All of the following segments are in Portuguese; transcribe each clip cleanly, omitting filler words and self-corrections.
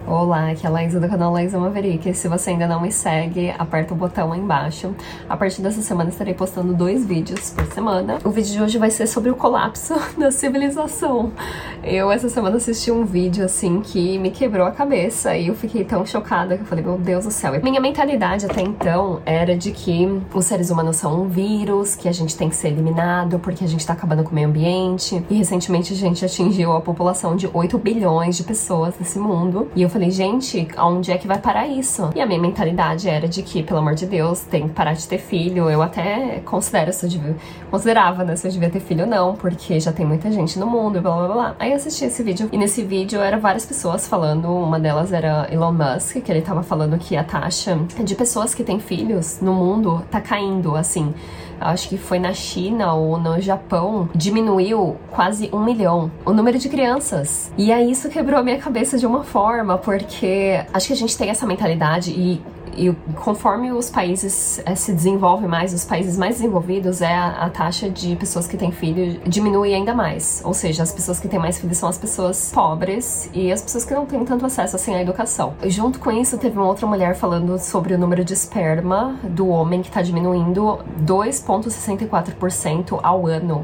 Olá, aqui é a Laísa do canal Laísa Maverick. Se você ainda não me segue, aperta o botão aí embaixo. A partir dessa semana estarei postando 2 vídeos por semana. O vídeo de hoje vai ser sobre o colapso da civilização. Eu essa semana assisti um vídeo assim que me quebrou a cabeça e eu fiquei tão chocada que eu falei, meu Deus do céu. E minha mentalidade até então era de que os seres humanos são um vírus, que a gente tem que ser eliminado porque a gente tá acabando com o meio ambiente. E recentemente a gente atingiu a população de 8 bilhões de pessoas nesse mundo. E eu falei, gente, aonde é que vai parar isso? E a minha mentalidade era de que, pelo amor de Deus, tem que parar de ter filho. Eu até considerava, né, se eu devia ter filho ou não, porque já tem muita gente no mundo e blá blá blá. Aí eu assisti esse vídeo, e nesse vídeo eram várias pessoas falando, uma delas era Elon Musk, que ele tava falando que a taxa de pessoas que têm filhos no mundo tá caindo, assim. Acho que foi na China ou no Japão, diminuiu quase 1 milhão o número de crianças. E aí isso quebrou a minha cabeça de uma forma, porque acho que a gente tem essa mentalidade e conforme os países se desenvolvem mais, os países mais desenvolvidos, a taxa de pessoas que têm filho diminui ainda mais. Ou seja, as pessoas que têm mais filhos são as pessoas pobres e as pessoas que não têm tanto acesso assim à educação. Junto com isso, teve uma outra mulher falando sobre o número de esperma do homem que tá diminuindo 2,64% ao ano.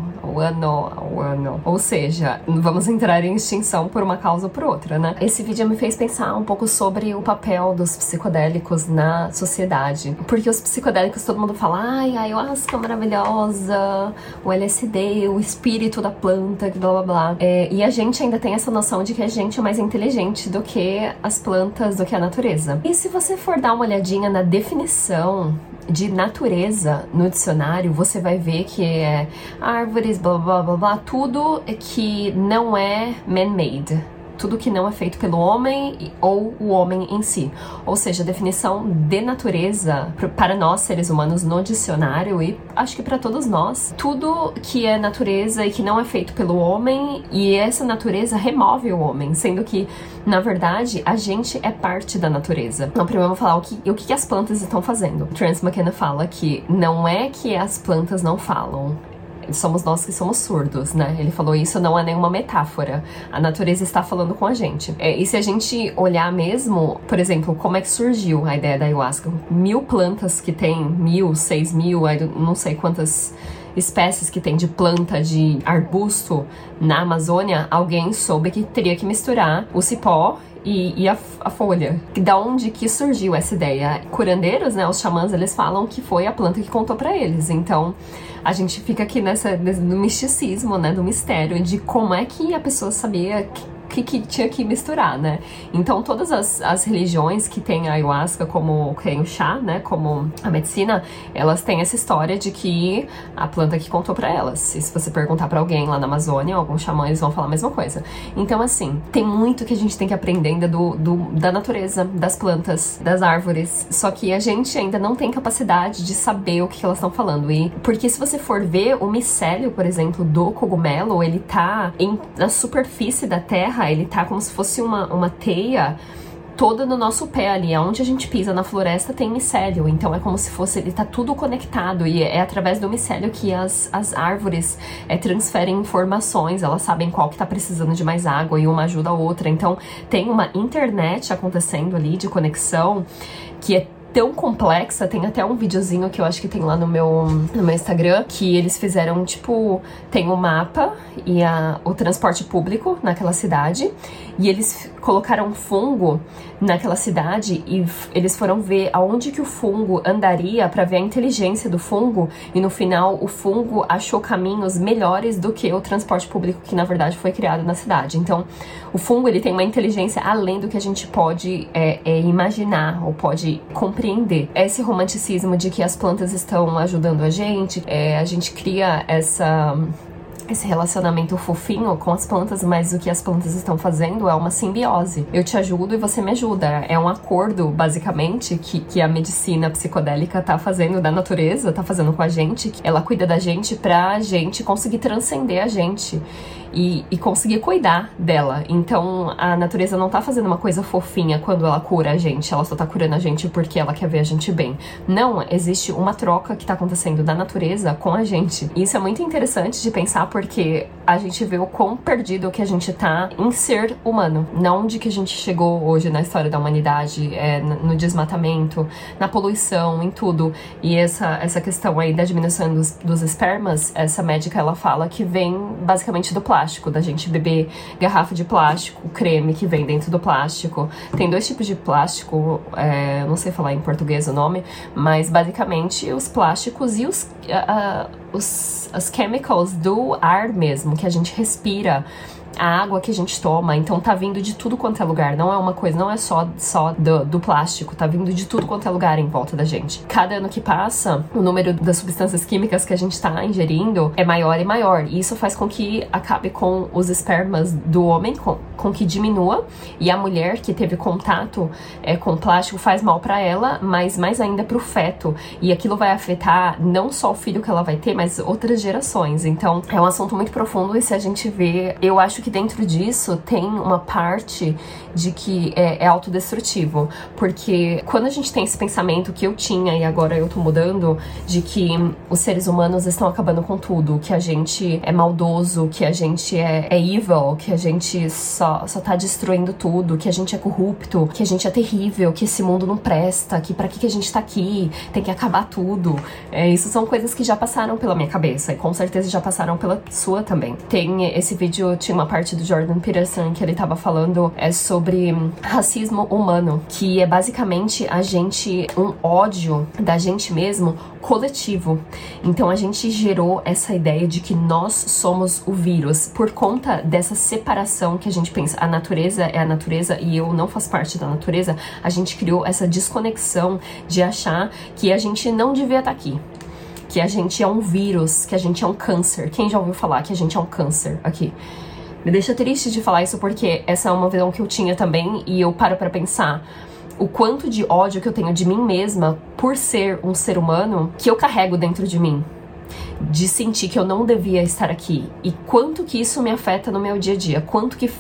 Ou seja, vamos entrar em extinção por uma causa ou por outra, né? Esse vídeo me fez pensar um pouco sobre o papel dos psicodélicos na sociedade. Porque os psicodélicos, todo mundo fala, ai, a ayahuasca maravilhosa, o LSD, o espírito da planta, blá blá blá. E a gente ainda tem essa noção de que a gente é mais inteligente do que as plantas, do que a natureza. E se você for dar uma olhadinha na definição de natureza no dicionário, você vai ver que é árvores, blá blá blá blá, tudo que não é man-made. Tudo que não é feito pelo homem ou o homem em si. Ou seja, a definição de natureza para nós, seres humanos, no dicionário, e acho que para todos nós, tudo que é natureza e que não é feito pelo homem, e essa natureza remove o homem, sendo que, na verdade, a gente é parte da natureza. Então, primeiro eu vou falar o que as plantas estão fazendo. Terence McKenna fala que não é que as plantas não falam, somos nós que somos surdos, né? Ele falou isso, não é nenhuma metáfora. A natureza está falando com a gente. E se a gente olhar mesmo, por exemplo, como é que surgiu a ideia da ayahuasca? 1000 plantas que tem, 1000, 6000, não sei quantas espécies que tem de planta, de arbusto na Amazônia, alguém soube que teria que misturar o cipó e a folha. Da onde que surgiu essa ideia? Curandeiros, né, os xamãs, eles falam que foi a planta que contou pra eles. Então, a gente fica aqui no misticismo, né, do mistério de como é que a pessoa sabia que tinha que misturar, né? Então, todas as religiões que tem a ayahuasca, como tem o chá, né, como a medicina, elas têm essa história de que a planta que contou pra elas. E se você perguntar pra alguém lá na Amazônia, algum xamã, eles vão falar a mesma coisa. Então, assim, tem muito que a gente tem que aprender ainda da natureza, das plantas, das árvores. Só que a gente ainda não tem capacidade de saber o que elas estão falando. Porque se você for ver o micélio, por exemplo, do cogumelo, ele tá na superfície da terra, ele tá como se fosse uma teia toda no nosso pé ali, onde a gente pisa na floresta tem micélio, então é como se fosse, ele tá tudo conectado e é através do micélio que as árvores transferem informações, elas sabem qual que tá precisando de mais água e uma ajuda a outra, então tem uma internet acontecendo ali de conexão que é tão complexa. Tem até um videozinho que eu acho que tem lá no meu Instagram, que eles fizeram, tipo, tem o mapa e o transporte público naquela cidade, e eles colocaram fungo naquela cidade e eles foram ver aonde que o fungo andaria pra ver a inteligência do fungo, e no final o fungo achou caminhos melhores do que o transporte público que na verdade foi criado na cidade. Então o fungo, ele tem uma inteligência além do que a gente pode imaginar ou pode compreender. Esse romanticismo de que as plantas estão ajudando a gente cria esse relacionamento fofinho com as plantas, mas o que as plantas estão fazendo é uma simbiose. Eu te ajudo e você me ajuda. É um acordo, basicamente, que a medicina psicodélica tá fazendo da natureza, tá fazendo com a gente. Ela cuida da gente pra gente conseguir transcender a gente. e conseguir cuidar dela. Então a natureza não tá fazendo uma coisa fofinha quando ela cura a gente, ela só tá curando a gente porque ela quer ver a gente bem. Não, existe uma troca que tá acontecendo da natureza com a gente. E isso é muito interessante de pensar porque a gente vê o quão perdido que a gente tá em ser humano, não onde que a gente chegou hoje na história da humanidade, no desmatamento, na poluição, em tudo. E essa questão aí da diminuição dos espermas, essa médica, ela fala que vem basicamente do plástico, da gente beber garrafa de plástico, creme que vem dentro do plástico. Tem 2 tipos de plástico, não sei falar em português o nome, mas basicamente os plásticos e os chemicals do ar mesmo, que a gente respira, a água que a gente toma. Então tá vindo de tudo quanto é lugar, não é uma coisa, não é só do plástico, tá vindo de tudo quanto é lugar em volta da gente. Cada ano que passa, o número das substâncias químicas que a gente tá ingerindo é maior e maior, e isso faz com que acabe com os espermas do homem, com que diminua, e a mulher que teve contato com plástico faz mal pra ela, mas mais ainda pro feto, e aquilo vai afetar não só o filho que ela vai ter, mas outras gerações. Então é um assunto muito profundo, e se a gente vê, eu acho que dentro disso tem uma parte de que é autodestrutivo, porque quando a gente tem esse pensamento que eu tinha e agora eu tô mudando, de que os seres humanos estão acabando com tudo, que a gente é maldoso, que a gente é evil, que a gente só tá destruindo tudo, que a gente é corrupto, que a gente é terrível, que esse mundo não presta, que pra que a gente tá aqui, tem que acabar tudo. Isso são coisas que já passaram pela minha cabeça e com certeza já passaram pela sua também. Tem esse vídeo, tinha uma parte do Jordan Peterson que ele tava falando sobre racismo humano, que é basicamente um ódio da gente mesmo coletivo. Então a gente gerou essa ideia de que nós somos o vírus por conta dessa separação que a gente pensa, a natureza é a natureza e eu não faço parte da natureza. A gente criou essa desconexão de achar que a gente não devia estar aqui, que a gente é um vírus, que a gente é um câncer. Quem já ouviu falar que a gente é um câncer aqui? Me deixa triste de falar isso porque essa é uma visão que eu tinha também, e eu paro pra pensar o quanto de ódio que eu tenho de mim mesma por ser um ser humano que eu carrego dentro de mim, de sentir que eu não devia estar aqui, e quanto que isso me afeta no meu dia a dia, quanto que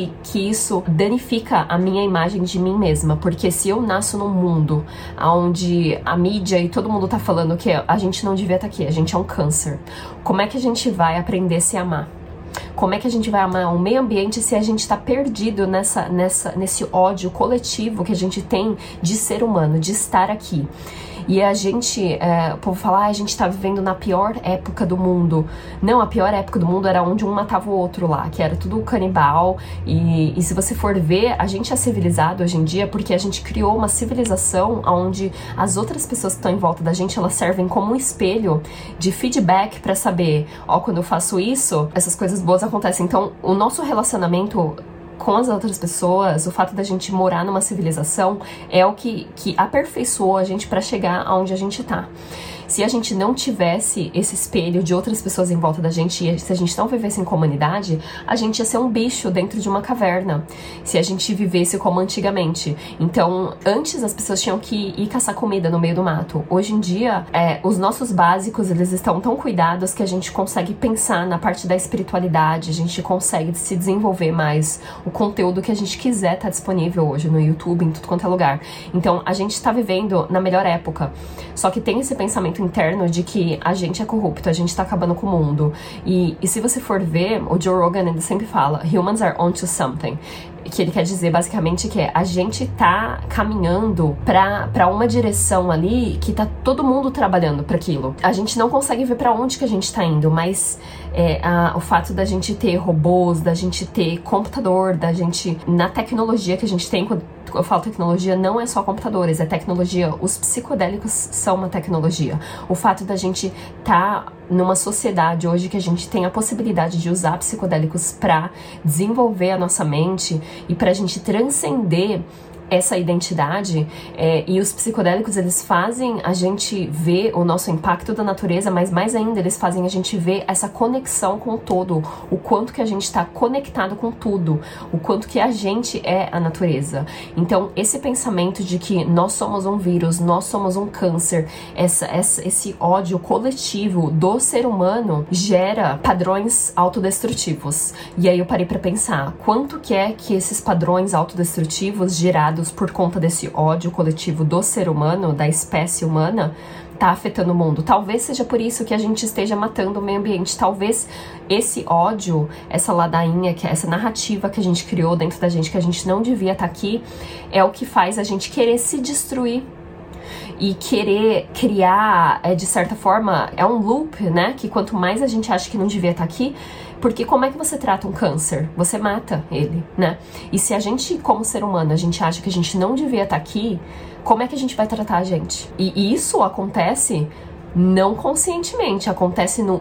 isso danifica a minha imagem de mim mesma, porque se eu nasço num mundo onde a mídia e todo mundo tá falando que a gente não devia estar aqui, a gente é um câncer, como é que a gente vai aprender a se amar? Como é que a gente vai amar o meio ambiente se a gente tá perdido nesse ódio coletivo que a gente tem de ser humano, de estar aqui? E a gente, o povo fala, a gente tá vivendo na pior época do mundo. Não, a pior época do mundo era onde um matava o outro lá, que era tudo canibal. E se você for ver, a gente é civilizado hoje em dia porque a gente criou uma civilização onde as outras pessoas que estão em volta da gente, elas servem como um espelho de feedback pra saber, quando eu faço isso, essas coisas boas acontecem. Então, o nosso relacionamento com as outras pessoas, o fato da gente morar numa civilização é o que aperfeiçoou a gente pra chegar aonde a gente tá. Se a gente não tivesse esse espelho de outras pessoas em volta da gente, e se a gente não vivesse em comunidade, a gente ia ser um bicho dentro de uma caverna, se a gente vivesse como antigamente. Então, antes as pessoas tinham que ir caçar comida no meio do mato. Hoje em dia, os nossos básicos, eles estão tão cuidados que a gente consegue pensar na parte da espiritualidade, a gente consegue se desenvolver mais. O conteúdo que a gente quiser tá disponível hoje no YouTube, em tudo quanto é lugar. Então, a gente tá vivendo na melhor época. Só que tem esse pensamento interno de que a gente é corrupto, a gente tá acabando com o mundo. E se você for ver, o Joe Rogan, ele sempre fala, humans are onto something. Que ele quer dizer basicamente que a gente tá caminhando pra uma direção ali que tá todo mundo trabalhando pra aquilo. A gente não consegue ver pra onde que a gente tá indo, mas o fato da gente ter robôs, da gente ter computador, da gente, na tecnologia que a gente tem, quando eu falo tecnologia, não é só computadores, é tecnologia. Os psicodélicos são uma tecnologia. O fato da gente tá numa sociedade hoje que a gente tem a possibilidade de usar psicodélicos pra desenvolver a nossa mente e pra gente transcender essa identidade, e os psicodélicos, eles fazem a gente ver o nosso impacto da natureza, mas mais ainda, eles fazem a gente ver essa conexão com o todo, o quanto que a gente está conectado com tudo, o quanto que a gente é a natureza. Então, esse pensamento de que nós somos um vírus, nós somos um câncer, esse ódio coletivo do ser humano gera padrões autodestrutivos. E aí eu parei pra pensar, quanto que é que esses padrões autodestrutivos gerados por conta desse ódio coletivo do ser humano, da espécie humana, tá afetando o mundo. Talvez seja por isso que a gente esteja matando o meio ambiente. Talvez esse ódio, essa ladainha, essa narrativa que a gente criou dentro da gente, que a gente não devia estar aqui, é o que faz a gente querer se destruir. E querer criar, de certa forma, é um loop, né? Que quanto mais a gente acha que não devia estar aqui, porque como é que você trata um câncer? Você mata ele, né? E se a gente, como ser humano, a gente acha que a gente não devia estar aqui, como é que a gente vai tratar a gente? E isso acontece não conscientemente, acontece no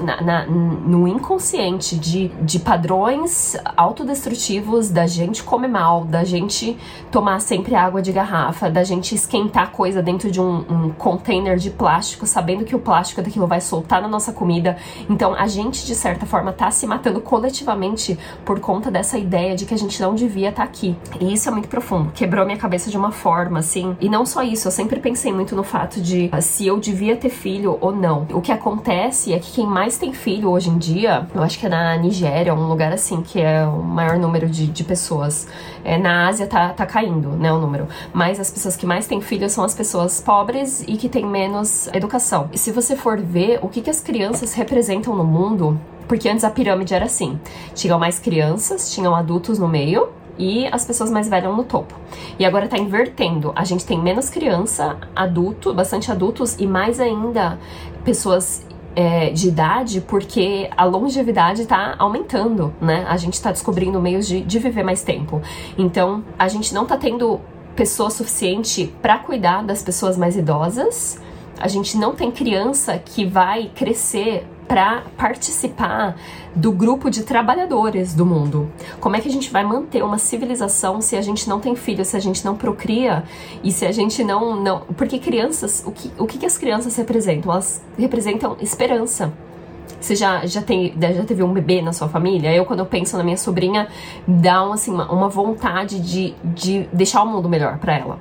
inconsciente de padrões autodestrutivos, da gente comer mal, da gente tomar sempre água de garrafa, da gente esquentar coisa dentro de um container de plástico, sabendo que o plástico daquilo vai soltar na nossa comida. Então a gente, de certa forma, tá se matando coletivamente por conta dessa ideia de que a gente não devia estar aqui. E isso é muito profundo, quebrou minha cabeça de uma forma, assim. E não só isso, eu sempre pensei muito no fato de se eu devia ter filho ou não. O que acontece é que quem mais tem filho hoje em dia, eu acho que é na Nigéria, um lugar assim, que é o maior número de pessoas. Na Ásia tá caindo, né, o número. Mas as pessoas que mais têm filhos são as pessoas pobres e que têm menos educação. E se você for ver o que as crianças representam no mundo, porque antes a pirâmide era assim, tinham mais crianças, tinham adultos no meio, e as pessoas mais velhas no topo. E agora tá invertendo. A gente tem menos criança, bastante adultos e mais ainda pessoas de idade, porque a longevidade tá aumentando, né? A gente tá descobrindo meios de viver mais tempo. Então, a gente não tá tendo pessoa suficiente para cuidar das pessoas mais idosas. A gente não tem criança que vai crescer para participar do grupo de trabalhadores do mundo. Como é que a gente vai manter uma civilização se a gente não tem filhos, se a gente não procria e se a gente não... Porque crianças, o que as crianças representam? Elas representam esperança. Você já teve um bebê na sua família? Quando eu penso na minha sobrinha, dá uma vontade de deixar o mundo melhor para ela.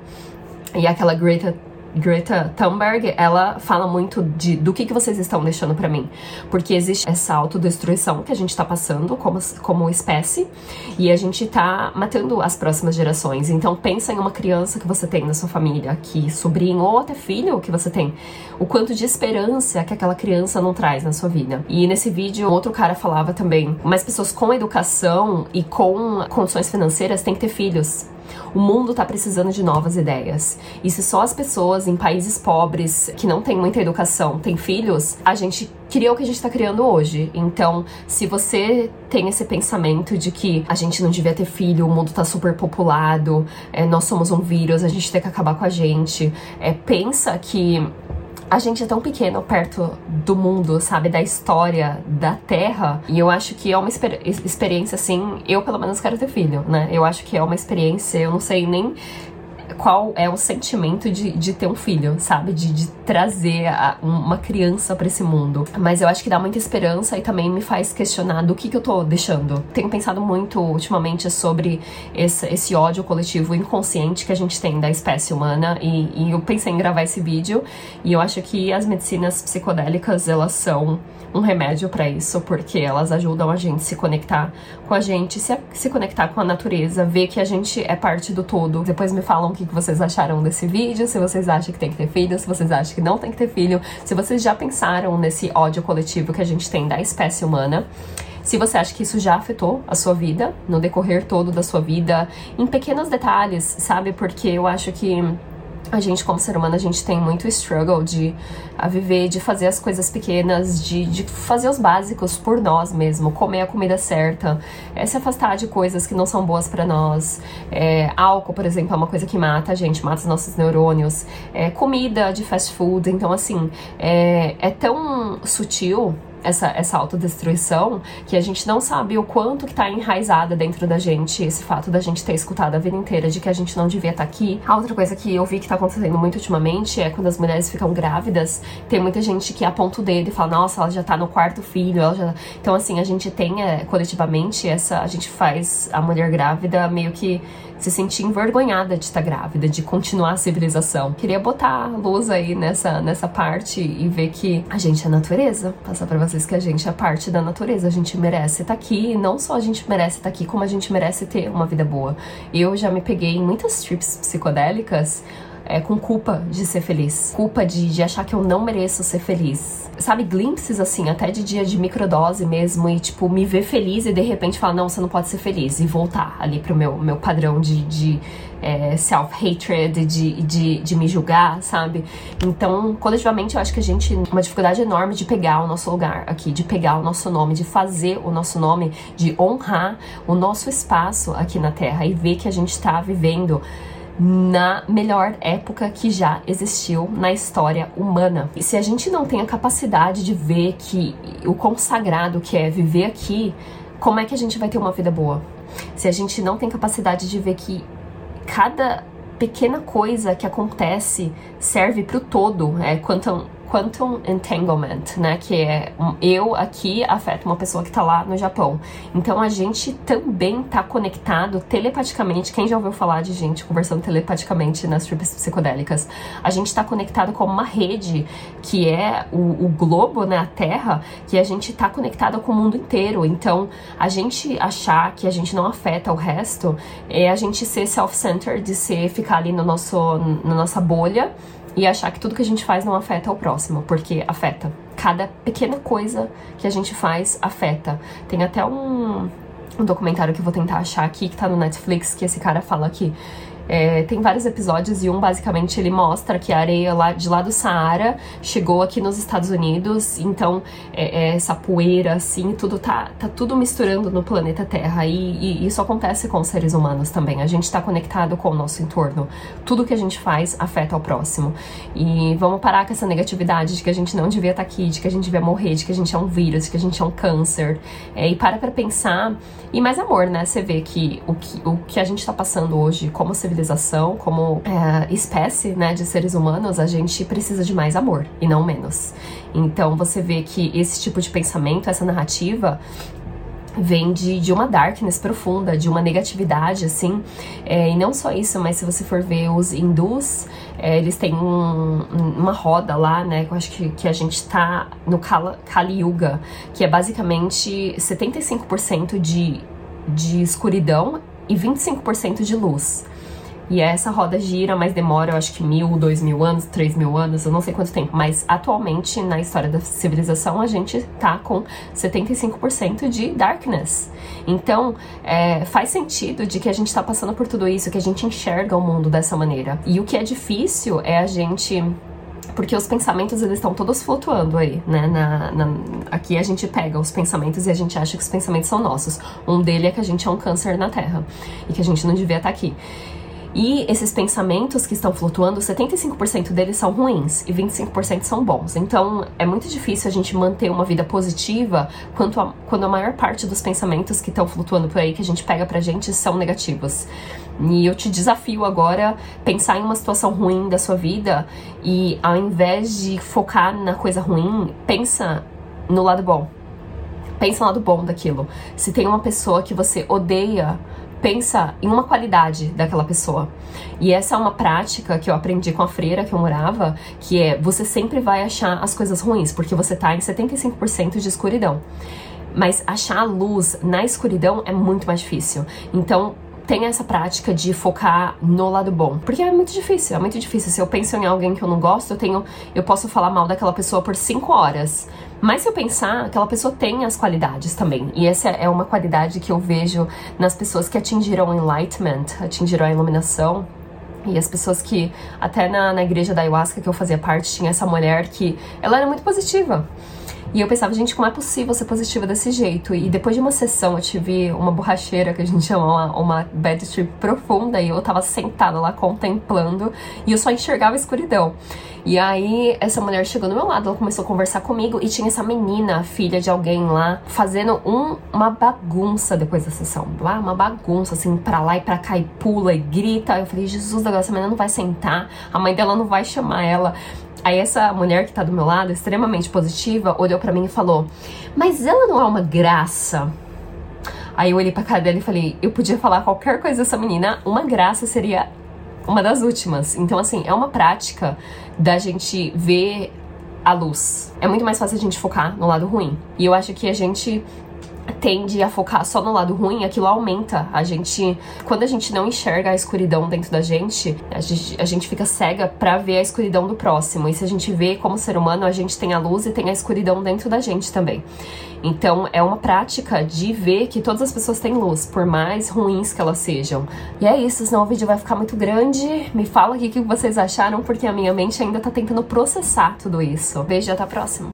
E aquela Greta Thunberg, ela fala muito do que vocês estão deixando pra mim, porque existe essa autodestruição que a gente tá passando como espécie, e a gente tá matando as próximas gerações. Então pensa em uma criança que você tem na sua família, que sobrinho ou até filho que você tem, o quanto de esperança que aquela criança não traz na sua vida. E nesse vídeo, outro cara falava também, mais pessoas com educação e com condições financeiras têm que ter filhos. O mundo tá precisando de novas ideias. E se só as pessoas em países pobres, que não têm muita educação, têm filhos, a gente cria o que a gente tá criando hoje. Então, se você tem esse pensamento de que a gente não devia ter filho, o mundo tá super populado, nós somos um vírus, a gente tem que acabar com a gente, pensa que a gente é tão pequeno perto do mundo, sabe? Da história, da Terra. E eu acho que é uma experiência, assim... Eu, pelo menos, quero ter filho, né? Eu acho que é uma experiência... Eu não sei nem qual é o sentimento de ter um filho, sabe? De trazer uma criança pra esse mundo. Mas eu acho que dá muita esperança e também me faz questionar do que eu tô deixando. Tenho pensado muito, ultimamente, sobre esse ódio coletivo inconsciente que a gente tem da espécie humana. E eu pensei em gravar esse vídeo. E eu acho que as medicinas psicodélicas, elas são um remédio pra isso, porque elas ajudam a gente a se conectar com a gente, se conectar com a natureza, ver que a gente é parte do todo. Depois me falam o que vocês acharam desse vídeo, se vocês acham que tem que ter filho, se vocês acham que não tem que ter filho, se vocês já pensaram nesse ódio coletivo que a gente tem da espécie humana. Se você acha que isso já afetou a sua vida, no decorrer todo da sua vida, em pequenos detalhes, sabe? Porque eu acho que a gente, como ser humano, a gente tem muito struggle a viver, de fazer as coisas pequenas, de fazer os básicos por nós mesmo, comer a comida certa, se afastar de coisas que não são boas pra nós. Álcool, por exemplo, é uma coisa que mata a gente, mata os nossos neurônios. Comida de fast food, então assim, é tão sutil essa autodestruição, que a gente não sabe o quanto que tá enraizada dentro da gente esse fato da gente ter escutado a vida inteira de que a gente não devia estar aqui. A outra coisa que eu vi que tá acontecendo muito ultimamente é quando as mulheres ficam grávidas, tem muita gente que aponta o dedo e fala, nossa, ela já tá no 4º filho, ela já... Então, assim, a gente tem, coletivamente, a gente faz a mulher grávida meio que se sentir envergonhada de estar grávida, de continuar a civilização. Queria botar luz aí nessa parte e ver que a gente é natureza. Passar pra vocês que a gente é parte da natureza. A gente merece estar aqui. E não só a gente merece estar aqui, como a gente merece ter uma vida boa. Eu já me peguei em muitas trips psicodélicas com culpa de ser feliz. Culpa de achar que eu não mereço ser feliz. Sabe, glimpses assim, até de dia de microdose mesmo, e tipo, me ver feliz e de repente falar, não, você não pode ser feliz, e voltar ali pro meu padrão de self-hatred, de me julgar, sabe? Então, coletivamente, eu acho que a gente tem uma dificuldade enorme de pegar o nosso lugar aqui, de pegar o nosso nome, de fazer o nosso nome, de honrar o nosso espaço aqui na Terra e ver que a gente tá vivendo na melhor época que já existiu na história humana. E se a gente não tem a capacidade de ver que o consagrado que é viver aqui, como é que a gente vai ter uma vida boa? Se a gente não tem capacidade de ver que cada pequena coisa que acontece serve pro todo, Quantum Entanglement, né, que é eu aqui afeta uma pessoa que tá lá no Japão. Então a gente também tá conectado telepaticamente. Quem já ouviu falar de gente conversando telepaticamente nas trips psicodélicas? A gente tá conectado com uma rede que é o globo, né, a Terra, que a gente tá conectado com o mundo inteiro. Então a gente achar que a gente não afeta o resto é a gente ser self-centered, de ficar ali na nossa bolha, e achar que tudo que a gente faz não afeta o próximo, porque afeta. Cada pequena coisa que a gente faz afeta. Tem até um documentário que eu vou tentar achar aqui, que tá no Netflix, que esse cara fala que tem vários episódios, e basicamente ele mostra que a areia de lá do Saara chegou aqui nos Estados Unidos, então essa poeira, assim, tudo tá tudo misturando no planeta Terra, e isso acontece com os seres humanos também. A gente tá conectado com o nosso entorno. Tudo que a gente faz afeta o próximo. E vamos parar com essa negatividade de que a gente não devia estar aqui, de que a gente devia morrer, de que a gente é um vírus, de que a gente é um câncer. E para pra pensar. E mais amor, né? Você vê que o que a gente tá passando hoje como civilização, como espécie, né, de seres humanos, a gente precisa de mais amor e não menos. Então você vê que esse tipo de pensamento, essa narrativa, vem de uma darkness profunda, de uma negatividade, assim, e não só isso, mas se você for ver os hindus, eles têm uma roda lá, né, que eu acho que a gente tá no Kali Yuga, que é basicamente 75% de escuridão e 25% de luz. E essa roda gira, mas demora, eu acho que 1.000, 2.000 anos, 3.000 anos, eu não sei quanto tempo. Mas atualmente, na história da civilização, a gente tá com 75% de darkness. Então, faz sentido de que a gente tá passando por tudo isso, que a gente enxerga o mundo dessa maneira. E o que é difícil é a gente... Porque os pensamentos, eles estão todos flutuando aí, né? Aqui a gente pega os pensamentos e a gente acha que os pensamentos são nossos. Um deles é que a gente é um câncer na Terra e que a gente não devia estar aqui. E esses pensamentos que estão flutuando, 75% deles são ruins e 25% são bons. Então, é muito difícil a gente manter uma vida positiva quando a maior parte dos pensamentos que estão flutuando por aí, que a gente pega pra gente, são negativos. E eu te desafio agora a pensar em uma situação ruim da sua vida e, ao invés de focar na coisa ruim, pensa no lado bom. Pensa no lado bom daquilo. Se tem uma pessoa que você odeia, pensa em uma qualidade daquela pessoa. E essa é uma prática que eu aprendi com a freira que eu morava, que é, você sempre vai achar as coisas ruins, porque você tá em 75% de escuridão. Mas achar a luz na escuridão é muito mais difícil. Então, tem essa prática de focar no lado bom. Porque é muito difícil, é muito difícil. Se eu penso em alguém que eu não gosto, eu posso falar mal daquela pessoa por 5 horas. Mas se eu pensar, aquela pessoa tem as qualidades também. E essa é uma qualidade que eu vejo nas pessoas que atingiram o enlightenment, atingiram a iluminação. E as pessoas que, até na igreja da Ayahuasca que eu fazia parte, tinha essa mulher que, ela era muito positiva. E eu pensava, gente, como é possível ser positiva desse jeito? E depois de uma sessão, eu tive uma borracheira, que a gente chama uma bad trip profunda, e eu tava sentada lá contemplando, e eu só enxergava a escuridão. E aí, essa mulher chegou do meu lado, ela começou a conversar comigo e tinha essa menina, filha de alguém lá, fazendo uma bagunça depois da sessão. Lá, uma bagunça, assim, pra lá e pra cá, e pula e grita. Eu falei, Jesus, agora essa menina não vai sentar, a mãe dela não vai chamar ela. Aí essa mulher que tá do meu lado, extremamente positiva, olhou pra mim e falou, mas ela não é uma graça? Aí eu olhei pra cara dela e falei, eu podia falar qualquer coisa dessa menina, uma graça seria uma das últimas. Então, assim, é uma prática da gente ver a luz. É muito mais fácil a gente focar no lado ruim. E eu acho que a gente tende a focar só no lado ruim, aquilo aumenta. Quando a gente não enxerga a escuridão dentro da gente, a gente fica cega pra ver a escuridão do próximo. E se a gente vê como ser humano, a gente tem a luz e tem a escuridão dentro da gente também. Então, é uma prática de ver que todas as pessoas têm luz, por mais ruins que elas sejam. E é isso, senão o vídeo vai ficar muito grande. Me fala aqui o que vocês acharam, porque a minha mente ainda tá tentando processar tudo isso. Beijo e até a próxima.